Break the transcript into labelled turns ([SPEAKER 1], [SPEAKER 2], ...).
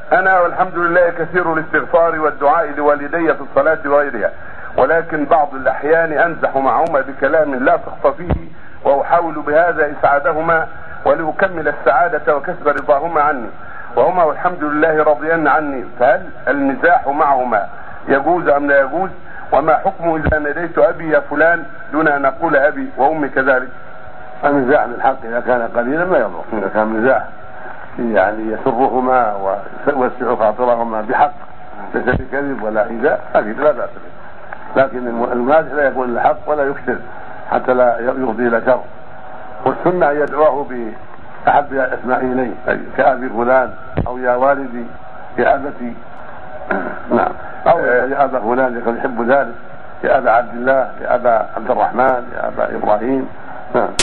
[SPEAKER 1] انا والحمد لله كثير الاستغفار والدعاء لوالدي في الصلاة وغيرها، ولكن بعض الاحيان انزح معهما بكلام لا سخط فيه، واحاول بهذا اسعادهما ولأكمل السعادة وكسب رضاهما عني، وهما والحمد لله راضيان عني. فهل المزاح معهما يجوز ام لا يجوز؟ وما حكمه اذا ناديت ابي يا فلان دون ان اقول ابي وامي كذلك؟
[SPEAKER 2] المزاح بالحق اذا كان قليلا ما يضر، اذا كان مزاح يعني يسرهما ويوسع خاطرهما بحق ليس بكذب ولا ايذاء اكيد لا باس به، لكن المازح لا يكون الا حق ولا يكثر حتى لا يفضي الى شر. والسنه ان يدعوه باحب الاسماء اليه كابي فلان او يا والدي يا ابتي نعم، او يا ابا فلان يكون يحب ذلك، يا ابا عبد الله يا ابا عبد الرحمن يا ابا ابراهيم نعم.